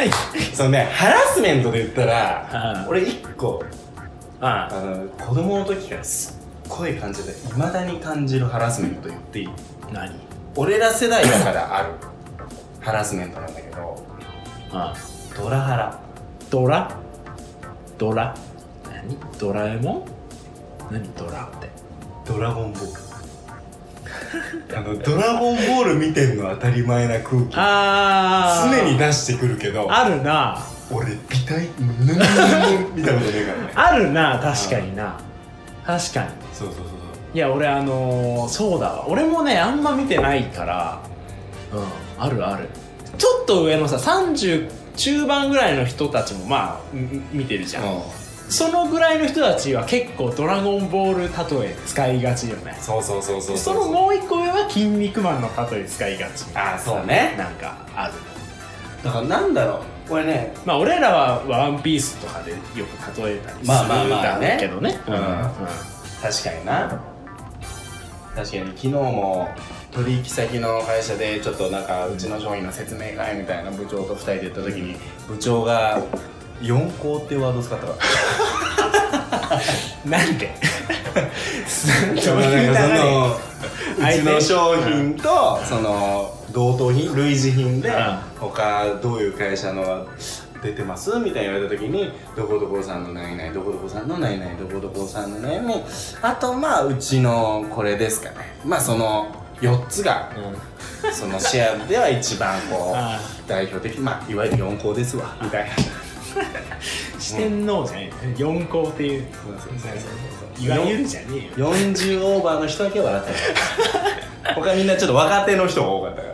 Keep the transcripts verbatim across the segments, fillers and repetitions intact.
そのねハラスメントで言ったら俺一個ああの子供の時からすっごい感じていまだに感じるハラスメント言っていい？ 何？ 俺ら世代だからあるハラスメントなんだけど、 ああドラハラ。 ドラドラ何？ドラえもん？何ドラって？ ドラゴンボールあのドラゴンボール見てんの当たり前な空気あ常に出してくるけどあるな。 俺美体何にも見たことねえからねあるな確かにな。確かに。 そうそうそうそう。 いや俺あのー、そうだわ俺もねあんま見てないからうんあるある。ちょっと上のささんじゅう中盤ぐらいの人たちもまあ見てるじゃん、うん、そのぐらいの人たちは結構ドラゴンボール例え使いがちよね。 そうそうそうそう。 そのもう一個上は筋肉マンの例え使いがち。 ああそうね。 なんかある。 だからなんだろうこれねまあ俺らはワンピースとかでよく例えたりするんだけどね。うん、うん、 確かにな。確かに昨日も取引先の会社でちょっとなんかうちの商品の説明会みたいな部長とふたりで行った時に部長がよん項っていうワードを使ったからなんでなんかそのうちの商品とその同等品類似品で他どういう会社の出てますみたいに言われた時にどこどこさんの何々どこどこさんの何々どこどこさんの何々あとまあうちのこれですかねまあそのよっつが、うん、そのシェアでは一番こう代表的まあいわゆるよん項ですわみたいな四天王じゃねえよん項っていういわゆるじゃねえよよんじゅうオーバーの人だけ笑ったよ他みんなちょっと若手の人が多かった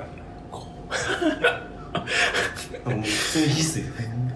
からもう普通にヒスよ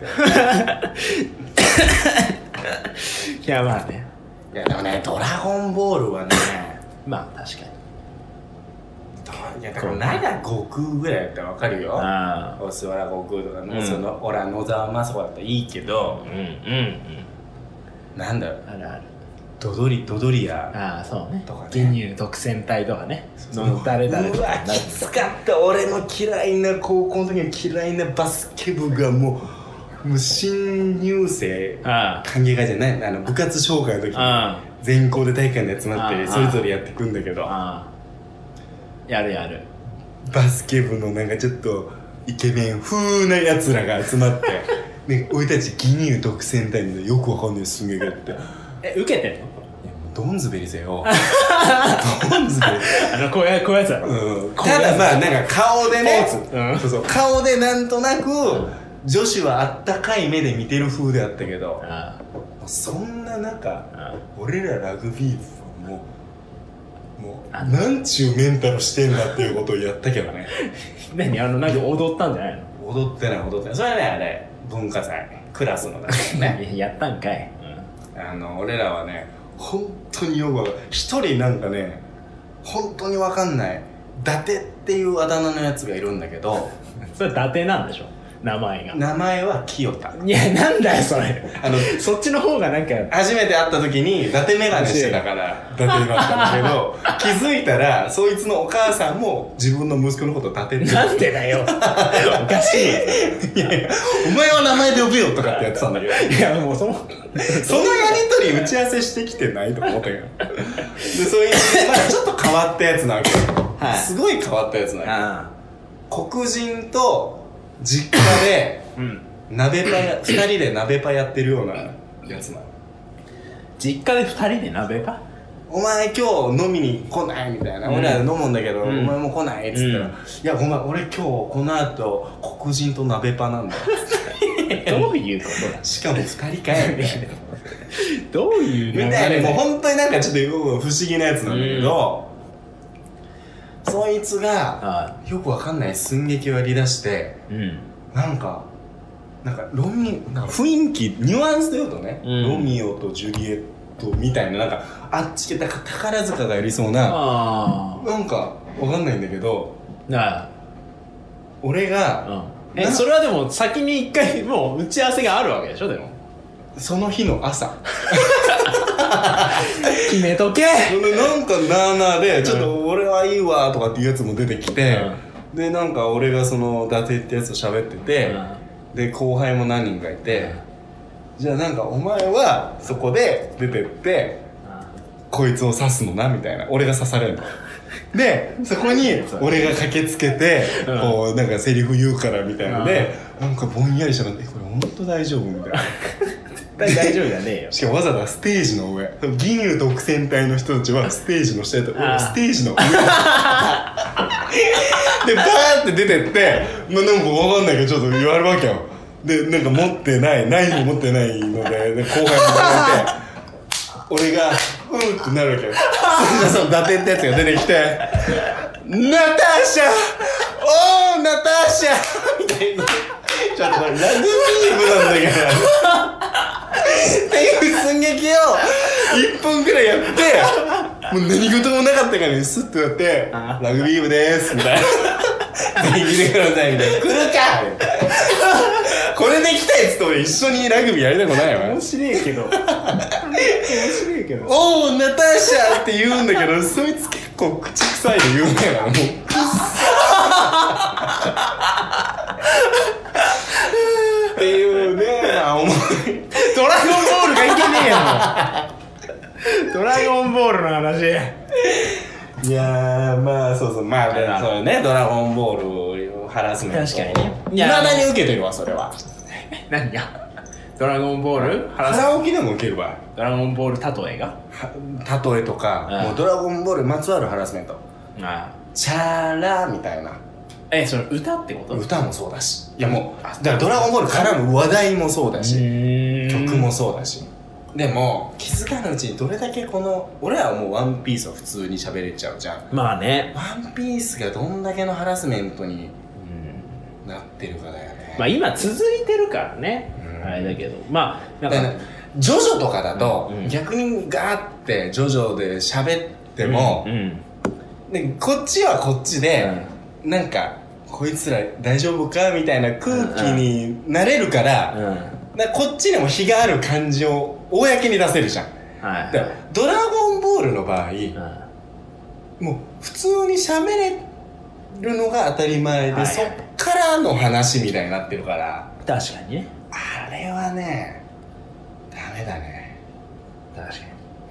いやまあねいやでもねドラゴンボールはねまあ確かにいやだから奈良悟空ぐらいだったら分かるよオスワラ悟空とか、うん、その俺は野沢雅子だったらいいけどうんうんうんなんだろうあるあるドドリドドリアああそうねとかね原乳特選隊とかねの誰々とかうわきつかった俺の嫌いな高校の時に嫌いなバスケ部がもうもう新入生歓迎会じゃないあの部活紹介の時に全校で体育館で集まってそれぞれやってくんだけどやるやるバスケ部のなんかちょっとイケメン風なやつらが集まってね俺たち義乳独占隊みたいなよくわかんないすげえがってえ受けてんのドンズベリぜよドンズベリあのこういうこういうやつだろ、 うん、ただまあなんか顔でね、うん、そうそう顔でなんとなく、うん、女子はあったかい目で見てる風であったけどああそんな中あ俺らラグビー部はもうもうなんちゅうメンタルしてんだっていうことをやったけどね何あのなんか踊ったんじゃないの？ 踊ってない踊ってないそれはねあれ文化祭クラスの中でねやったんかい、 うん、あの俺らはね本当によくわかる一人なんかね本当にわかんない伊達っていうあだ名のやつがいるんだけどそれ伊達なんでしょ名前が名前は清田いやなんだよそれあのそっちの方がなんか初めて会った時に伊達メガネしてたから伊達だったんだけど気づいたらそいつのお母さんも自分の息子のこと伊達ってなんでだよおかしいいやいやお前は名前で呼べよとかってやってたんだけどいやもうそのそのやりとり打ち合わせしてきてないと思ったけどでそういう、まあ、ちょっと変わったやつなわけよ、はい、すごい変わったやつなわけ黒人と実家で鍋パやふたりで鍋パやってるようなやつなの実家でふたりで鍋パお前今日飲みに来ないみたいな、うん、俺ら飲むんだけど、うん、お前も来ないっつったら、うん、いやごめん俺今日この後黒人と鍋パなんだどういうことだしかもふたりかよみたいなどういうみたいなもう本当になんかちょっと不思議なやつなんだけど、うん、そいつがよくわかんない寸劇をやりだして、うん、なんかなんかロミなんか雰囲気ニュアンスで言うとね、うん、ロミオとジュリエットみたいななんかあっちで宝塚がやりそうなあなんかわかんないんだけどな俺が、 うん、えそれはでも先に一回もう打ち合わせがあるわけでしょでもその日の朝決めとけなんかなーなーで、うん、ちょっと俺はいいわとかっていうやつも出てきて、うん、でなんか俺がその伊達ってやつと喋ってて、 で後輩も何人かいて、じゃあなんかお前はそこで出てってこいつを刺すのなみたいな、俺が刺されるのでそこに俺が駆けつけてこうなんかセリフ言うからみたいなので、なんかぼんやりしたので、これ本当大丈夫みたいな大丈夫じゃねえよ。 しかもわざわざステージの上、銀龍独占隊の人たちはステージの下で、俺はステージの上でバーって出てって、まあ、なんかわかんないけどちょっと言われるわけよ。でなんか持ってないナイフ持ってないので、で後輩に言われて俺がうんってなるわけよ。そしたらその伊達ってやつが出てきてナターシャおーナターシャみたいな、ちょっとラグビー部なんだけどっていう寸劇をいっぷんくらいやって、もう何事もなかったからにスッとやってラグビー部でーすみたいなぜひ来てくださいみたいな、来るかこれで来たやつと俺一緒にラグビーやりたくないわ。 面白いけど面白いけどおーナターシャって言うんだけど、そいつ結構口臭いで言うんだよな、もうくっっていうね、まあ思いドラゴンボールがいけねえよドラゴンボールの話。 いやーまあそうそう、まあね、そうね、ドラゴンボールハラスメント確かにね。 いまだに受けてるわそれは。 何がドラゴンボールカラオケでも受けるわ。 ドラゴンボール例えが例えとか、もうドラゴンボールまつわるハラスメント、 あチャラみたいな。 え、それ歌ってこと？ 歌もそうだし、いやもうだからドラゴンボール絡む話題もそうだし、曲もそうだし、でも気づかぬうちにどれだけこの俺らはもうワンピースは普通に喋れちゃうじゃん。 まあね、 ワンピースがどんだけのハラスメントになってるかだよね。 まあ今続いてるからね、うん、あれだけど、まあなんかだからジョジョとかだと、 うん、 逆にガーってジョジョで喋っても、うんうん、でこっちはこっちで、うん、なんかこいつら大丈夫かみたいな空気になれるから、うんうん、だからこっちにも非がある感じを公に出せるじゃん、はいはい、だからドラゴンボールの場合、うん、もう普通に喋れるのが当たり前で、はいはい、そっからの話みたいになってるから、 確かにね、 あれはねダメだね。 確かに、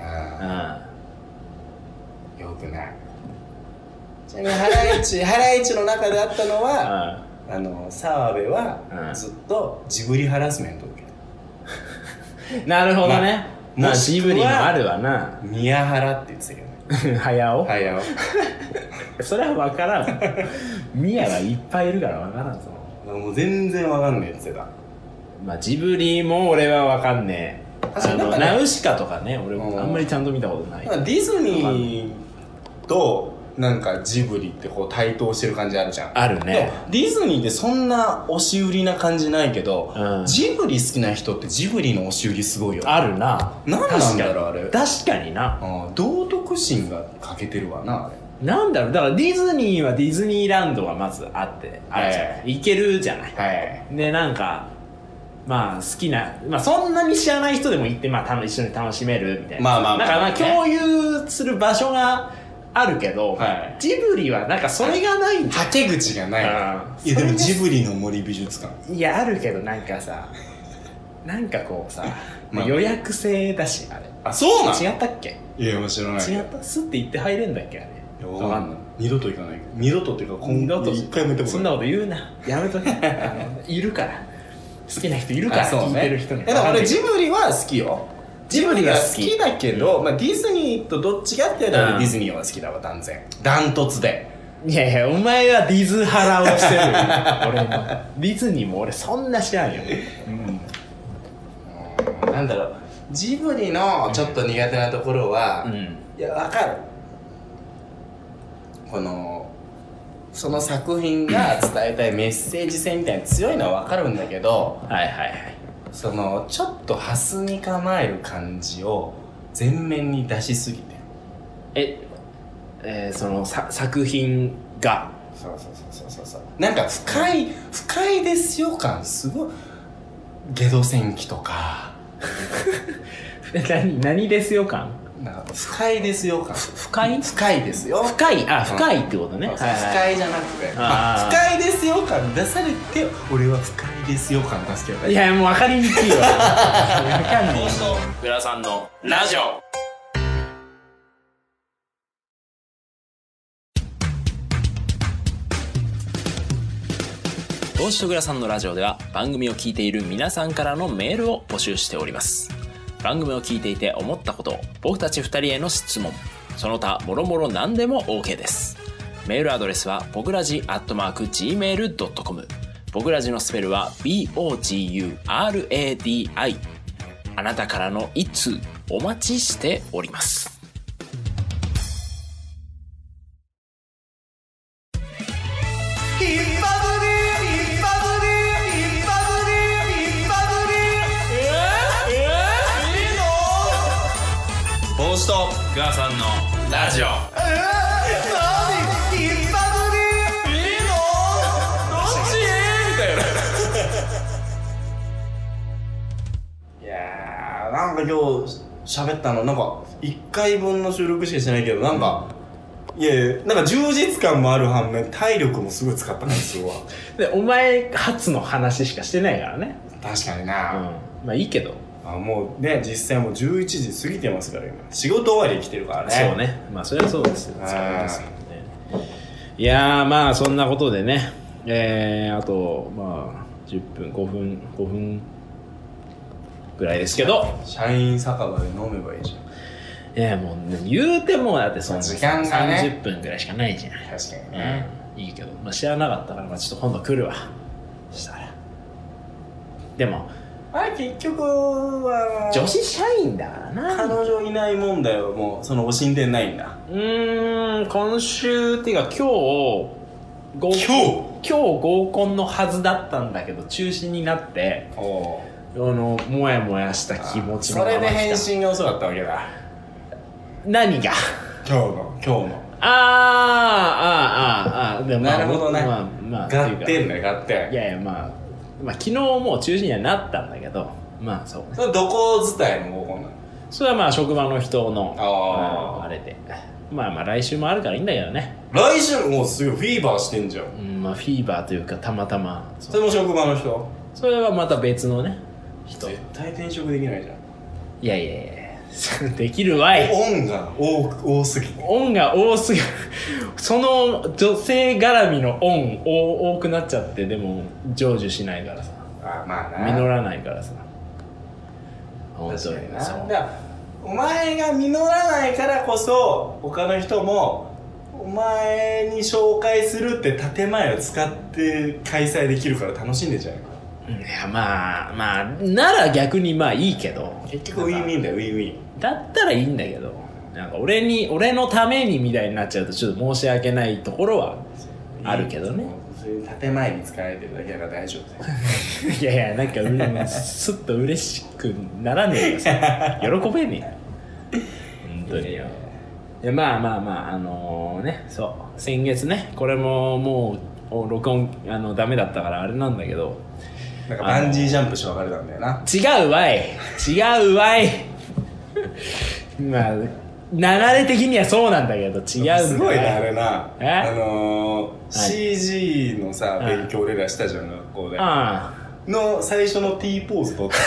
うん、よくない。ちなみにハライチハライチの中であったのは、あの澤部はずっとジブリハラスメントを受けたなるほどね、 まあ、ジブリもあるわな。 宮原って言ってたけどね早尾早尾それは分からん宮はいっぱいいるから分からんぞ。 もう全然分かんねえって言ってた。 まあジブリも俺は分かんねえ。あのナウシカとかね、俺もあんまりちゃんと見たことない。 ディズニーとなんかジブリってこう対等してる感じあるじゃん。 あるね。 ディズニーってそんな押し売りな感じないけど、うん、ジブリ好きな人ってジブリの押し売りすごいよ。 あるな。 何なんだろうあれ。 確かにな、 うん、道徳心が欠けてるわなあれ。 なんだろう、だからディズニーはディズニーランドがまずあってあるじゃん、はい、行けるじゃない、はい、でなんかまあ好きな、まあそんなに知らない人でも行って、まあ一緒に楽しめるみたいな、 まあまあまあ、 なんかまあ共有する場所があるけど、はい、ジブリはなんかそれがないんだ。 はけ口がない。いやでもジブリの森美術館、 いやあるけどなんかさなんかこうさ、まあ、予約制だしあれ。 あ、そうなん？ 違ったっけ？ いや知らない。 違った？スッて行って入れんだっけあれ。 わかんない。二度と行かない。二度とっていうか今度一回も行ってこない。 そんなこと言うな。やめとけ。いるから。好きな人いるから聞いてる人に。 だから俺ジブリは好きよ。ジブリが好きだけど、まあディズニーとどっちかって言ったらディズニーは好きだわ断然。ダントツで。 いやいやお前はディズハラをしてるよ。俺もディズニーも俺そんな知らんよ。 うん。なんだろう。ジブリのちょっと苦手なところは、うん、いやわかる。このその作品が伝えたいメッセージ性みたいな強いのは分かるんだけど、 はいはいはい、 そのちょっとハスに構える感じを前面に出しすぎてえ、えー、そのさ作品がそうそうそうそうそうなんか深い深いですよ感すごい。ゲド戦記とか何何ですよ感なんか不快ですよ感。 不快不快ですよ。 深いあ深いってことね、 不快じゃなくて、まあ、不快ですよ感出されて俺は不快ですよ感出すけどね。 いやもう分かりにくいわ分かんない。グラさんのラジオ。ゴーシとグラさんのラジオでは番組を聞いている皆さんからのメールを募集しております。番組を聞いていて思ったこと、僕たちふたりへの質問、その他もろもろ何でも OK です。メールアドレスはボグラジアットマーク ジーメールドットコム、 ボグラジのスペルは ビーオージーユーアールエーディーアイ。 あなたからの一通お待ちしております。帽子とグラさんのラジオ。 なんか今日喋ったのなんかいっかいぶんの収録しかしてないけどなんか、うん、いやいやなんか充実感もある反面体力もすごい使った感じするわでお前初の話しかしてないからね。 確かにな、うん、 まあいいけどあもうね実際もうじゅういちじ過ぎてますから今仕事終わりに来てるからね。 そうね、まあそれはそうですよ、そうですよね。いやーまあそんなことでね、えー、あとまあじゅっぷんごふんごふんぐらいですけど、 社員酒場で飲めばいいじゃん。 いやもう、ね、言うてもだってその時間がねさんじゅっぷんぐらいしかないじゃん。 確かにね、 うん、いいけど、まあ、知らなかったから、まあ、ちょっと今度来るわしたら。でもあれ結局は女子社員だからな。 彼女いない問題はもうそのお進展ないんだ。 うーん今週っていうか今日合今日今日合コンのはずだったんだけど中止になって、おあのもやもやした気持ちのまま来た。 それで返信が遅かったわけだ。 何が今日の今日のあーあーあーあーでも、まあ、 なるほどね。 まあまあ合点だよ合点。 いやいやまあまあ昨日もう中止にはなったんだけど、まあそう。 それどこ伝いの合コンなの？ それはまあ職場の人のあ, あ, あれで、まあまあ来週もあるからいいんだけどね。 来週もうすごいフィーバーしてんじゃん。 うん、まあフィーバーというかたまたま。 それも職場の人？ それはまた別のね人。 絶対転職できないじゃん。 いやいやいやできるわい。 恩が 多, 多すぎて。 恩が多すぎるその女性絡みの恩多くなっちゃってでも成就しないからさ。 あまあな。 実らないからさ。本当にな。そうだお前が実らないからこそ他の人もお前に紹介するって建前を使って開催できるから楽しんでんじゃないか。 いやまあまあなら逆にまあいいけど結局ウィンウィンだよウィンウィンだったらいいんだけどなんか俺に俺のためにみたいになっちゃうとちょっと申し訳ないところはあるけどね。 そういう建前に使われてるだけだから大丈夫いやいやなんかスッと嬉しくならねえよさ喜べねえ本当に。いやいやまあまあまああのー、ねそう先月ねこれももう録音あのダメだったからあれなんだけどなんかバンジージャンプして別れたんだよな。 違うわい違うわいまあ流れ的にはそうなんだけど違うんだよ。 すごいねあれなえあのー、シージー のさ勉強俺らしたじゃん学校であの最初の T ポーズ撮って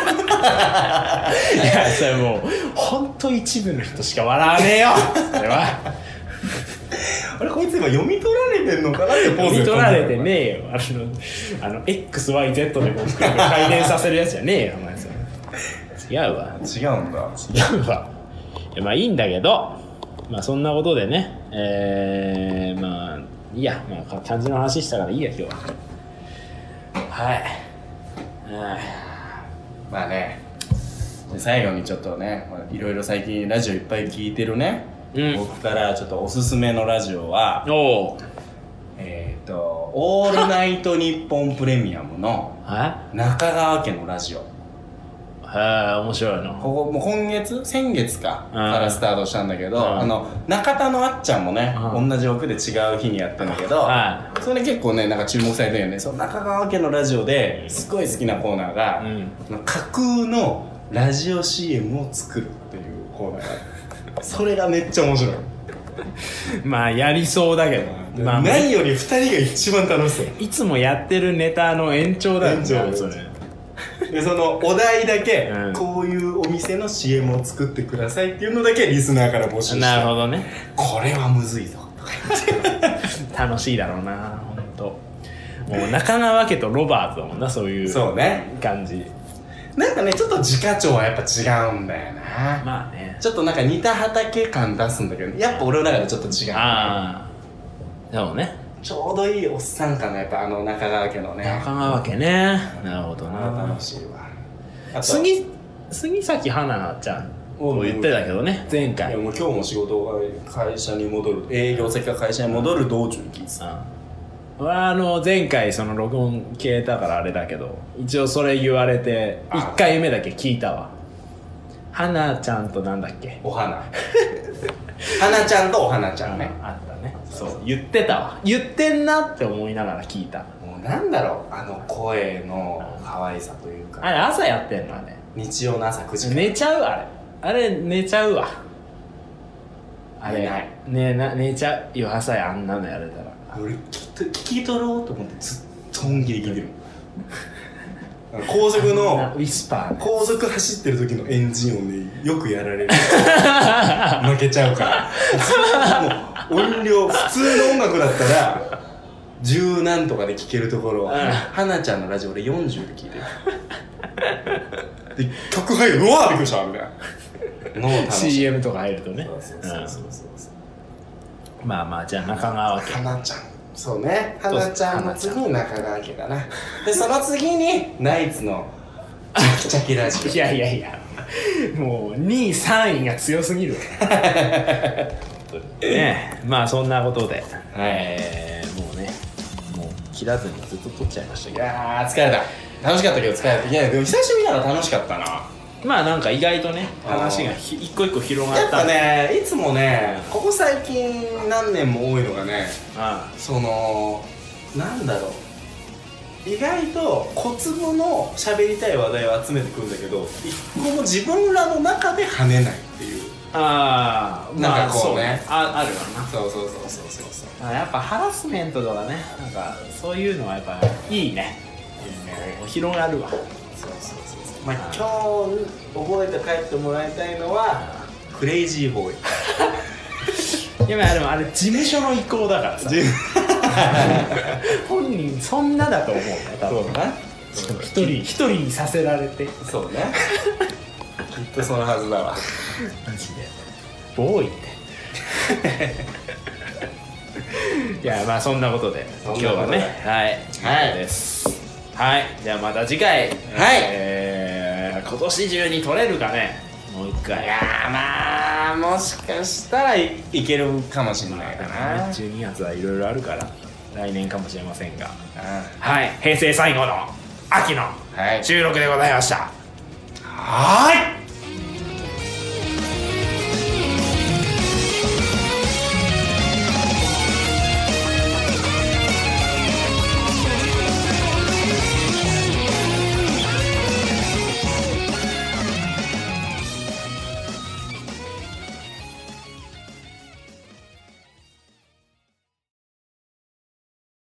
いやそれもうほんと一部の人しか笑わねえよそれはあれこいつ今読み取られてんのかなってポーズ読み取られてねえよあのあの エックスワイゼット でこう回転させるやつじゃねえよお前それ違うわ違うんだ違うわいやまあいいんだけどまあそんなことでねえー、まあいいや、まあ、漢字の話したからいいや今日ははい、はい、まあね最後にちょっとねいろいろ最近ラジオいっぱい聞いてるね、うん、僕からちょっとおすすめのラジオはおえっ、ー、とオールナイトニッポンプレミアムの中川家のラジオ。 へえ面白いな。 ここもう今月先月かからスタートしたんだけど、うん、あの中田のあっちゃんもね、うん、同じ枠で違う日にやってんだけど、うん、それ結構ねなんか注目されてるよね。その中川家のラジオですごい好きなコーナーが、うん、架空のラジオ シーエム を作るっていうコーナーがそれがめっちゃ面白い。 まあやりそうだけど、まあ、 何よりふたりが一番楽しそう。 いつもやってるネタの延長だよね。 延長それでそのお題だけ、 うん、 こういうお店の シーエム を作ってくださいっていうのだけリスナーから募集して、 なるほどね、 これはむずいぞとか言って楽しいだろうなほんと。もう中川家とロバートだもんな、そういうそうね感じ。 なんかねちょっと自家長はやっぱ違うんだよな。 まあね、 ちょっとなんか似た畑感出すんだけど、やっぱ俺の中でちょっと違う。 ああ、でもね、 ちょうどいいおっさん感がやっぱあの中川家のね。 中川家ね、なるほどな。 楽しいわ。あと杉杉咲花ちゃんを言ってたけどね、前回。 いやもう今日も仕事が会社に戻る、営業先が会社に戻る道中に聞いてた。 俺はあの前回その録音消えたからあれだけど、一応それ言われていっかいめだけ聞いたわ。花ちゃんとなんだっけ、 お花花ちゃんとお花ちゃんね、 あったね。そう言ってたわ、言ってんなって思いながら聞いた。 もうなんだろう、あの声の可愛さというか。 あれ朝やってんのあれ。 日曜の朝くじから寝ちゃう、あれあれ寝ちゃうわ。あれ寝ないねな寝ちゃうよ、朝やあんなのやれたら。 俺聞き、聞き取ろうと思ってずっと本気で聞いてる高速のウィスパー、ね、 高速走ってる時のエンジン音でよくやられる負けちゃうからもう音量普通の音楽だったら十何とかで聴けるところを、花ちゃんのラジオ俺よんじゅうで聴いてるで曲入る、うわーびっくりしたみたいなのを楽しいシーエム とか入るとね。 そうそうそうそうそう、 うん、まあまあ、じゃあ中川家、 花ちゃん、そうね、花ちゃんの次に中川家かな。でその次にナイツのチャキチャキラジオいやいやいや、もうにいさんいが強すぎるね。まあそんなことで、はい、えー、もうね、もう切らずにずっと撮っちゃいましたけど。 いやー疲れた、楽しかったけど疲れた。いやでも久しぶりなら楽しかったな。 まあなんか意外とね、話がひ一個一個広がった。 やっぱね、いつもね、ここ最近何年も多いのがね、 ああ、 そのなんだろう、意外と小粒の喋りたい話題を集めてくるんだけど、一個も自分らの中で跳ねないっていう。 ああ、 なんかこうね、 まあ、あ, あるわな。 そうそうそうそうそうそう。 あ、やっぱハラスメントとかね、なんかそういうのはやっぱいいね、うん、広がるわ。 そうそうそうそう。まあ今日覚えて帰ってもらいたいのはクレイジーボーイ。 いやでもあれ事務所の意向だからさ本人そんなだと思うね、多分。そうな、一人一人にさせられて。 そうねきっとそのはずだわマジでボーイっていやまあそんなことで今日はね、はい、はいです。はい、じゃあまた次回、はい、えー、今年中に撮れるかね、もう一回。 いやーまあもしかしたら い, いけるかもしれないかな。 じゅうにがつはいろいろあるから来年かもしれませんが、はい、平成最後の秋の収録でございました。 はい。